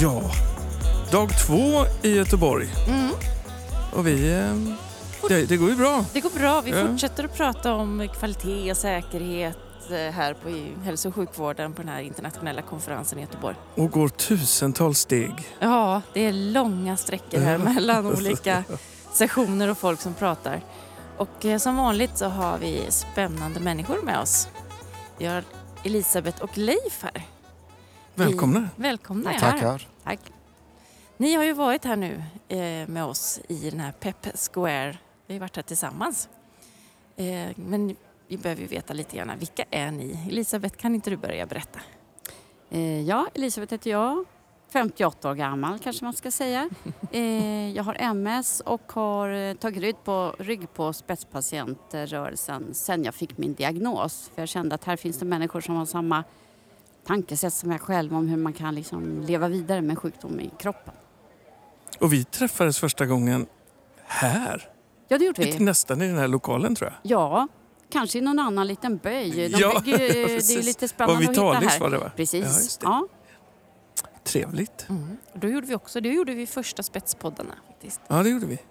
Ja, dag 2 i Göteborg. Och det går ju bra. Det går bra. Vi fortsätter att prata om kvalitet och säkerhet här på hälso- och sjukvården på den här internationella konferensen i Göteborg. Och går tusentals steg. Ja, det är långa sträckor här mellan olika sessioner och folk som pratar. Och som vanligt så har vi spännande människor med oss. Vi har Elisabeth och Leif här. Välkomna. Välkomna. Tackar. Tack. Ni har ju varit här nu med oss i den här Pep Square. Vi har varit här tillsammans. Men vi behöver ju veta lite grann. Vilka är ni? Elisabeth, kan inte du börja berätta? Ja, Elisabeth heter jag. 58 år gammal kanske man ska säga. Jag har MS och har tagit rygg på spetspatientrörelsen sen jag fick min diagnos. För jag kände att här finns det människor som har samma tankesätt som jag själv om hur man kan liksom leva vidare med sjukdom i kroppen. Och vi träffades första gången här. Ja, det gjorde vi. Nästan i den här lokalen tror jag. Ja, kanske i någon annan liten böj. Det är ju lite spännande att hitta här. Var det, va? Precis. Ja, just det. Ja. Trevligt. Då gjorde vi första spetspoddarna faktiskt. Ja, det gjorde vi.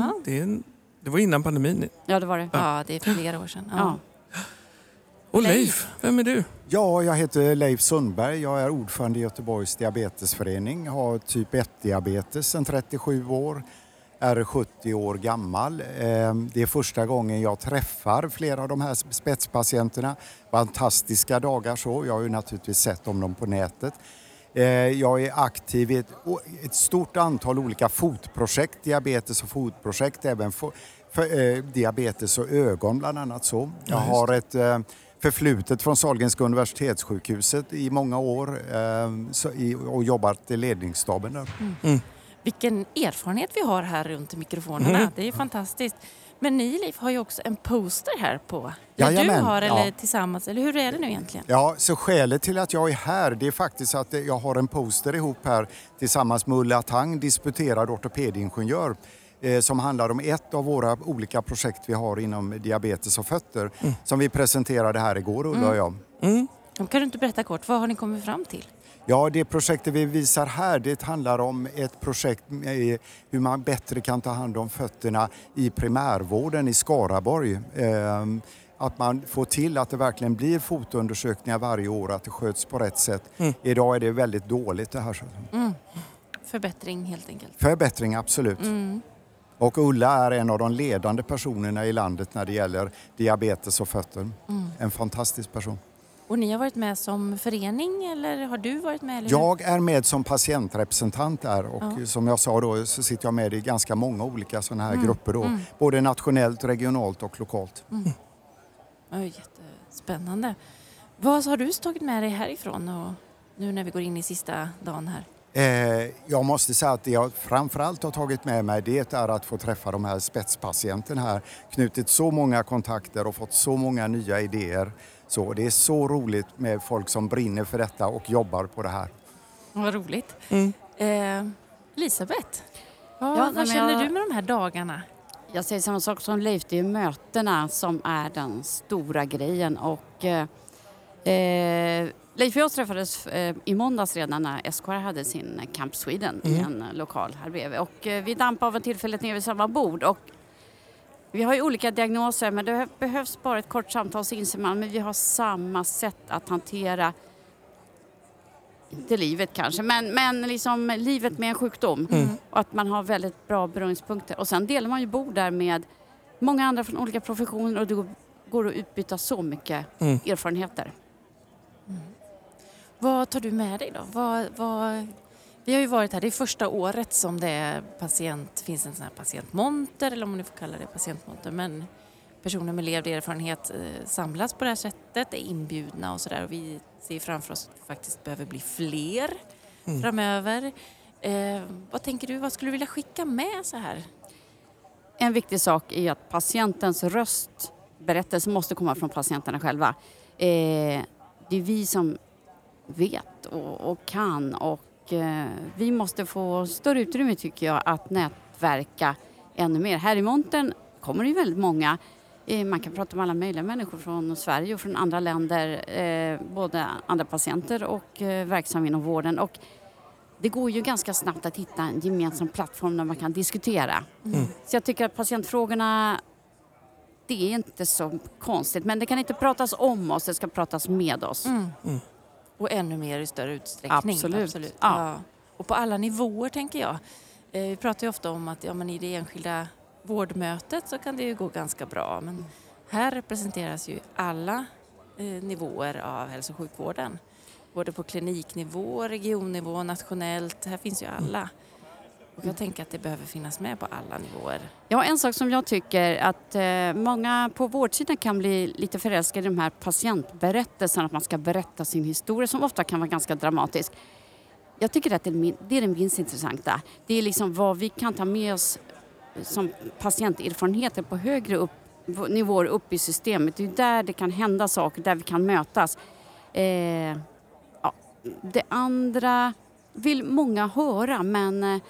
Det var innan pandemin. Ja, det var det. Ja, det är flera år sedan. Ja. Och Leif, vem är du? Ja, jag heter Leif Sundberg. Jag är ordförande i Göteborgs diabetesförening. Har typ 1-diabetes sedan 37 år. Är 70 år gammal. Det är första gången jag träffar flera av de här spetspatienterna. Fantastiska dagar så. Jag har ju naturligtvis sett om dem på nätet. Jag är aktiv i ett stort antal olika fotprojekt, diabetes och fotprojekt, även för diabetes och ögon bland annat så. Jag har ett förflutet från Sahlgrenska universitetssjukhuset i många år och jobbat i ledningsstaben där. Vilken erfarenhet vi har här runt mikrofonerna. Det är fantastiskt. Men ni, Leif, har ju också en poster här på. Jajamän, du har eller tillsammans, eller hur är det nu egentligen? Ja, så skälet till att jag är här, det är faktiskt att jag har en poster ihop här tillsammans med Ulla Tang, disputerad ortopedingenjör, som handlar om ett av våra olika projekt vi har inom diabetes och fötter, som vi presenterade här igår, Ulla och jag. Kan du inte berätta kort, vad har ni kommit fram till? Ja, det projektet vi visar här, det handlar om ett projekt med hur man bättre kan ta hand om fötterna i primärvården i Skaraborg. Att man får till att det verkligen blir fotundersökningar varje år, att det sköts på rätt sätt. Idag är det väldigt dåligt det här. Förbättring helt enkelt. Förbättring, absolut. Och Ulla är en av de ledande personerna i landet när det gäller diabetes och fötter. En fantastisk person. Och ni har varit med som förening eller har du varit med? Eller jag är med som patientrepresentant där och som jag sa då så sitter jag med i ganska många olika sådana här grupper då. Både nationellt, regionalt och lokalt. Jättespännande. Vad har du tagit med dig härifrån och nu när vi går in i sista dagen här? Jag måste säga att det jag framförallt har tagit med mig det är att få träffa de här spetspatienterna här. Knutit så många kontakter och fått så många nya idéer. Så det är så roligt med folk som brinner för detta och jobbar på det här. Vad roligt. Elisabeth, vad känner du med de här dagarna? Jag säger samma sak som Leif, det är mötena som är den stora grejen. Och, Leif och jag träffades i måndags redan när SKR hade sin Camp Sweden i en lokal här bredvid. Och vi dampade av en tillfället ner vid samma bord. Och vi har ju olika diagnoser men det behövs bara ett kort samtal så inser man. Men vi har samma sätt att hantera, inte livet kanske, men liksom livet med en sjukdom. Och att man har väldigt bra beröringspunkter. Och sen delar man ju bord där med många andra från olika professioner och det går att utbyta så mycket erfarenheter. Vad tar du med dig då? Vi har ju varit här, det är första året som det finns en sån här patientmonter, eller om man nu får kalla det patientmonter, men personer med levd erfarenhet samlas på det här sättet, är inbjudna och sådär, och vi ser framför oss att vi faktiskt behöver bli fler framöver. Vad tänker du, vad skulle du vilja skicka med så här? En viktig sak är att patientens berättelse måste komma från patienterna själva. Det är vi som vet och kan och vi måste få större utrymme tycker jag att nätverka ännu mer. Här i montern kommer det ju väldigt många. Man kan prata med alla möjliga människor från Sverige och från andra länder. Både andra patienter och verksamma inom vården. Och det går ju ganska snabbt att hitta en gemensam plattform där man kan diskutera. Så jag tycker att patientfrågorna, det är inte så konstigt. Men det kan inte pratas om oss, det ska pratas med oss. Och ännu mer i större utsträckning. Absolut. Ja. Och på alla nivåer tänker jag. Vi pratar ju ofta om att men i det enskilda vårdmötet så kan det ju gå ganska bra. Men här representeras ju alla nivåer av hälso- och sjukvården. Både på kliniknivå, regionnivå, nationellt. Här finns ju alla. Och jag tänker att det behöver finnas med på alla nivåer. Ja, en sak som jag tycker att många på vårdsidan kan bli lite förälskade i de här patientberättelserna. Att man ska berätta sin historia som ofta kan vara ganska dramatisk. Jag tycker att det är det minst intressanta. Det är liksom vad vi kan ta med oss som patienterfarenheter på högre nivåer upp i systemet. Det är där det kan hända saker, där vi kan mötas. Det andra vill många höra, men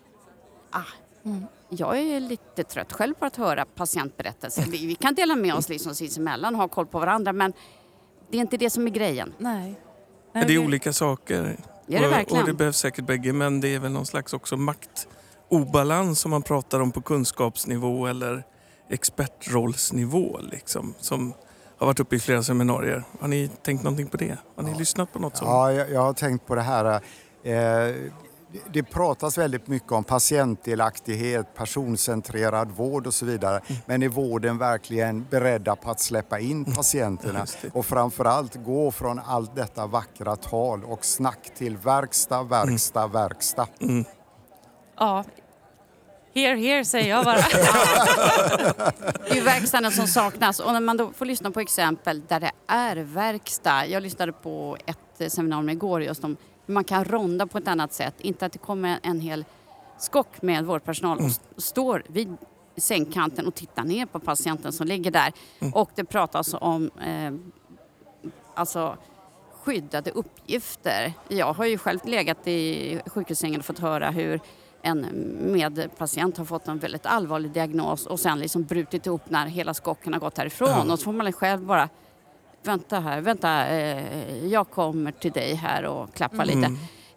jag är lite trött själv på att höra patientberättelser. Vi kan dela med oss liksom sinsemellan och ha koll på varandra, men det är inte det som är grejen. Nej. Det är olika saker. Ja, det verkligen. Och det behövs säkert bägge, men det är väl någon slags också maktobalans som man pratar om på kunskapsnivå eller expertrollsnivå liksom, som har varit uppe i flera seminarier. Har ni tänkt någonting på det? Har ni lyssnat på något sånt? Ja, jag har tänkt på det här. Det pratas väldigt mycket om patientdelaktighet, personcentrerad vård och så vidare. Men är vården verkligen beredda på att släppa in patienterna? Och framförallt gå från allt detta vackra tal och snack till verkstad. Ja. Here, säger jag bara. Det är ju verkstaden som saknas. Och när man då får lyssna på exempel där det är verkstad. Jag lyssnade på ett seminarium igår just om hur man kan ronda på ett annat sätt. Inte att det kommer en hel skock med vårdpersonal och står vid sängkanten och tittar ner på patienten som ligger där. Och det pratas om skyddade uppgifter. Jag har ju själv legat i sjukhussängen och fått höra hur en medpatient har fått en väldigt allvarlig diagnos och sen liksom brutit ihop när hela skocken har gått härifrån. Och så får man själv bara vänta, jag kommer till dig här och klappar lite.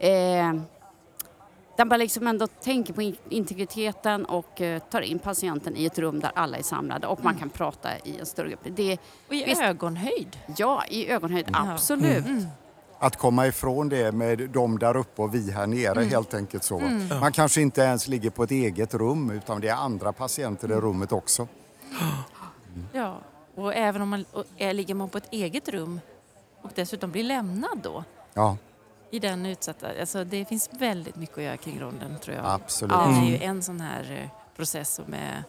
Där man liksom ändå tänker på integriteten och tar in patienten i ett rum där alla är samlade och man kan prata i en större grupp. Och i ögonhöjd. Ja, i ögonhöjd, absolut. Att komma ifrån det med de där uppe och vi här nere, helt enkelt så. Man kanske inte ens ligger på ett eget rum utan det är andra patienter i rummet också. Ja, och även om man ligger man på ett eget rum och dessutom blir lämnad då. Ja. I den utsatta, alltså det finns väldigt mycket att göra kring ronden tror jag. Absolut. Den är ju en sån här process som är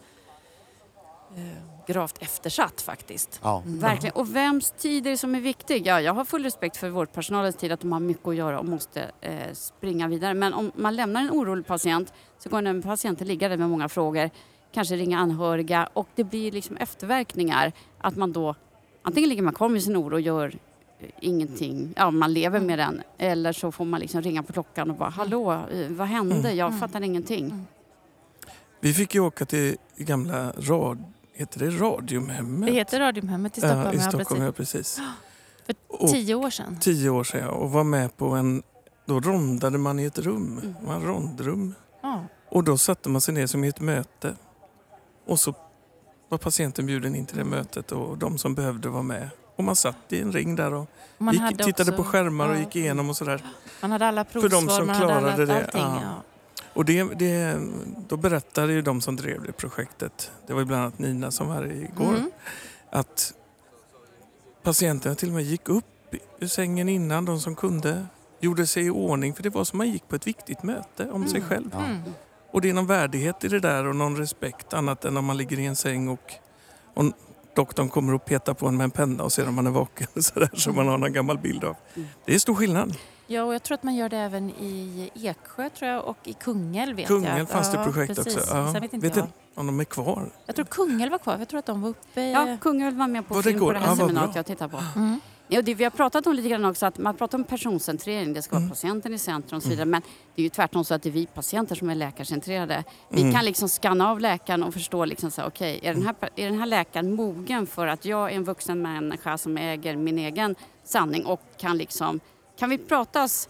gravt eftersatt faktiskt. Ja. Verkligen. Och vems tid är det som är viktig? Ja, jag har full respekt för vårdpersonalens tid att de har mycket att göra och måste springa vidare. Men om man lämnar en orolig patient så går den patienten ligga där med många frågor. Kanske ringa anhöriga och det blir liksom efterverkningar. Att man då antingen ligger man kvar med sin oro och gör ingenting. Ja, man lever med den. Eller så får man liksom ringa på klockan och bara hallå, vad hände? Jag fattar ingenting. Vi fick ju åka till gamla heter det Radiumhemmet? Det heter Radiumhemmet i Stockholm. Ja, i Stockholm, ja, precis. För 10 år sedan. 10 år sedan, ja. Och var med på då rondade man i ett rum. Man rondrum. Ja. Och då satte man sig ner som i ett möte. Och så var patienten bjuden in till det mötet och de som behövde vara med. Och man satt i en ring där och tittade också, på skärmar och gick igenom och sådär. Man hade alla provsvar, för de som man klarade hade det. allting. Ja. Och då berättade ju de som drev det projektet, det var ju bland annat Nina som var här igår, att patienterna till och med gick upp ur sängen innan, de som kunde, gjorde sig i ordning, för det var som man gick på ett viktigt möte om sig själv. Och det är någon värdighet i det där och någon respekt annat än om man ligger i en säng och doktorn kommer och petar på en med en penna och ser om man är vaken så där, som man har en gammal bild av. Det är stor skillnad. Ja, och jag tror att man gör det även i Eksjö tror jag, och i Kungälv vet Kungälv jag. fanns det projekt precis. också. Ja. Sen vet inte jag om de är kvar. Jag tror Kungälv var kvar, jag tror att de var uppe. Ja, Kungälv var med på film på det här seminariet jag tittar på. Ja, vi har pratat om lite grann också att man pratar om personcentrering, det ska vara patienten i centrum och så vidare, men det är ju tvärtom så att det är vi patienter som är läkarcentrerade. Vi kan liksom skanna av läkaren och förstå liksom så okej, är den här läkaren mogen för att jag är en vuxen människa som äger min egen sanning och kan vi pratas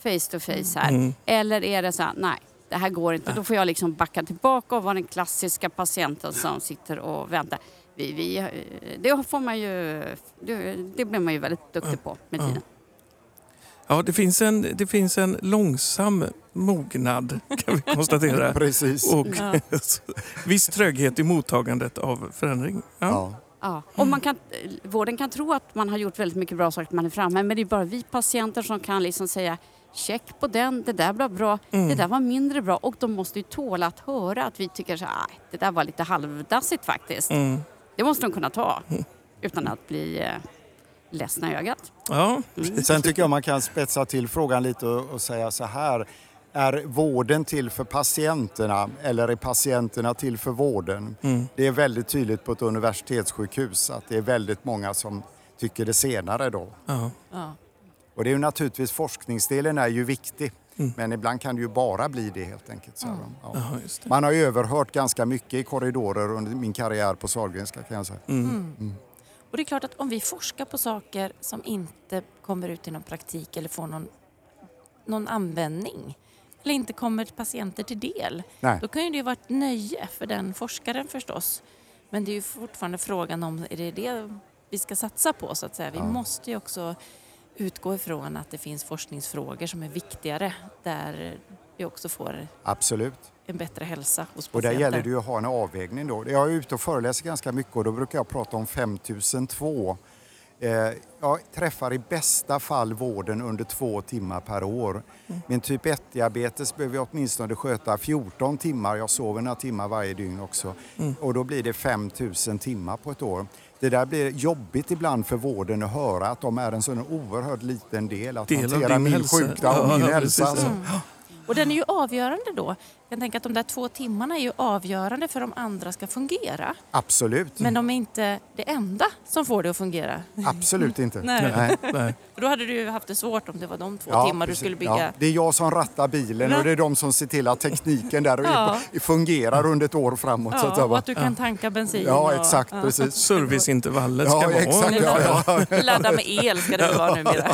face to face här? Eller är det så här, nej, det här går inte. Då får jag liksom backa tillbaka och vara den klassiska patienten som sitter och väntar. Det blir man ju väldigt duktig på med tiden. Ja, det finns en långsam mognad, kan vi konstatera. Precis. Och viss tröghet i mottagandet av förändring. Ja. Ja. Och vården kan tro att man har gjort väldigt mycket bra saker, att man är framme. Men det är bara vi patienter som kan liksom säga check på den, det där var bra, det där var mindre bra. Och de måste ju tåla att höra att vi tycker så här, det där var lite halvdassigt faktiskt. Det måste de kunna ta utan att bli ledsna i ögat. Ja. Sen tycker jag man kan spetsa till frågan lite och säga så här. Är vården till för patienterna eller är patienterna till för vården? Det är väldigt tydligt på ett universitetssjukhus att det är väldigt många som tycker det senare då. Ja. Och det är ju naturligtvis, forskningsdelen är ju viktig. Men ibland kan det ju bara bli det helt enkelt. Så här. Ja. Ja, just det. Man har ju överhört ganska mycket i korridorer under min karriär på Sahlgrenska, kan jag säga. Och det är klart att om vi forskar på saker som inte kommer ut i någon praktik eller får någon användning eller inte kommer patienter till del, då kan ju det vara ett nöje för den forskaren förstås. Men det är ju fortfarande frågan om är det vi ska satsa på, så att säga. Vi måste ju också utgå ifrån att det finns forskningsfrågor som är viktigare där vi också får en bättre hälsa hos patienter. Och där gäller det ju att ha en avvägning då. Jag är ute och föreläser ganska mycket och då brukar jag prata om 5002. Jag träffar i bästa fall vården under 2 timmar per år. Med typ 1-diabetes behöver jag åtminstone sköta 14 timmar. Jag sover några timmar varje dygn också. Och då blir det 5000 timmar på ett år. Det där blir jobbigt ibland för vården att höra att de är en sån oerhört liten del att hantera min sjukdom och min hälsa. Och den är ju avgörande då. Jag tänker att de där 2 timmarna är ju avgörande för om andra ska fungera. Absolut. Men de är inte det enda som får det att fungera. Absolut inte. Nej. Nej. Då hade du ju haft det svårt om det var de 2 timmar du skulle bygga. Ja, det är jag som rattar bilen och det är de som ser till att tekniken där fungerar under ett år framåt. Så att och att du kan tanka bensin. Ja, exakt. Precis. Serviceintervallet ska vara. Exakt, Ladda med el ska det vara numera.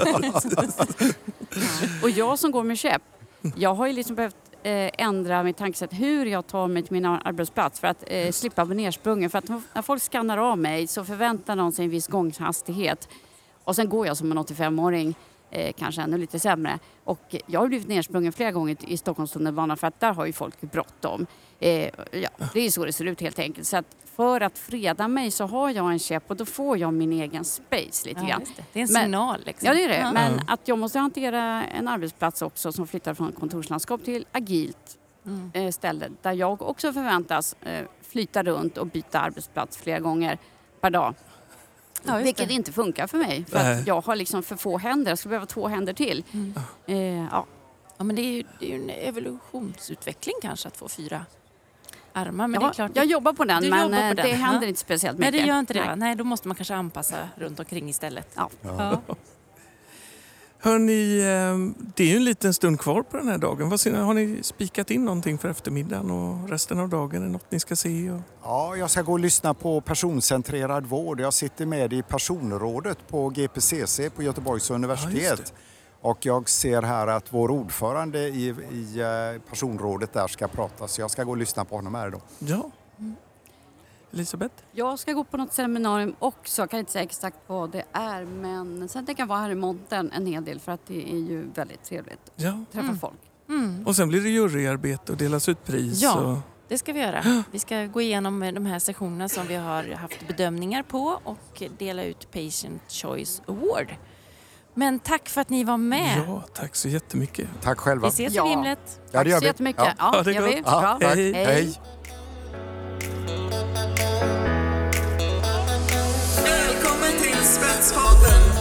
Och jag som går med käpp, jag har ju liksom behövt ändra mitt tankesätt hur jag tar mig till min arbetsplats för att slippa bli nersprungen. För att när folk skannar av mig så förväntar de sig en viss gånghastighet. Och sen går jag som en 85-åring, kanske ännu lite sämre. Och jag har blivit nersprungen flera gånger i Stockholms tunnelbana för att där har ju folk bråttom. Det är så det ser ut helt enkelt. Så att för att freda mig så har jag en käpp och då får jag min egen space lite grann. Det är en signal liksom. Ja, det är det. Ja. Men att jag måste hantera en arbetsplats också som flyttar från kontorslandskap till agilt ställe där jag också förväntas flytta runt och byta arbetsplats flera gånger per dag. Ja, vilket inte funkar för mig. För att jag har liksom för få händer. Jag skulle behöva 2 händer till. Ja, men det är ju en evolutionsutveckling kanske att få 4 armar. Men det är klart, jag jobbar på den, men det händer inte speciellt mycket. Nej, det gör inte det. Nej, då måste man kanske anpassa runt omkring istället. Ja. Hörrni, det är ju en liten stund kvar på den här dagen. Har ni spikat in någonting för eftermiddagen och resten av dagen? Är det något ni ska se? Ja, jag ska gå och lyssna på personcentrerad vård. Jag sitter med i personrådet på GPCC på Göteborgs universitet. Och jag ser här att vår ordförande i personrådet där ska prata. Så jag ska gå och lyssna på honom här då. Ja. Elisabeth? Jag ska gå på något seminarium också. Jag kan inte säga exakt vad det är. Men sen tänker jag vara här i montern en hel del. För att det är ju väldigt trevligt att träffa folk. Och sen blir det juryarbete och delas ut pris. Ja, det ska vi göra. Vi ska gå igenom de här sessionerna som vi har haft bedömningar på. Och dela ut Patient Choice Award. Men tack för att ni var med. Ja, tack så jättemycket. Tack själva. Vi ses i vimlet. Ja, det gör vi. Tack så jättemycket. Ja, det gör vi. Ja, Bra. Hej. Välkommen till Spetspodden.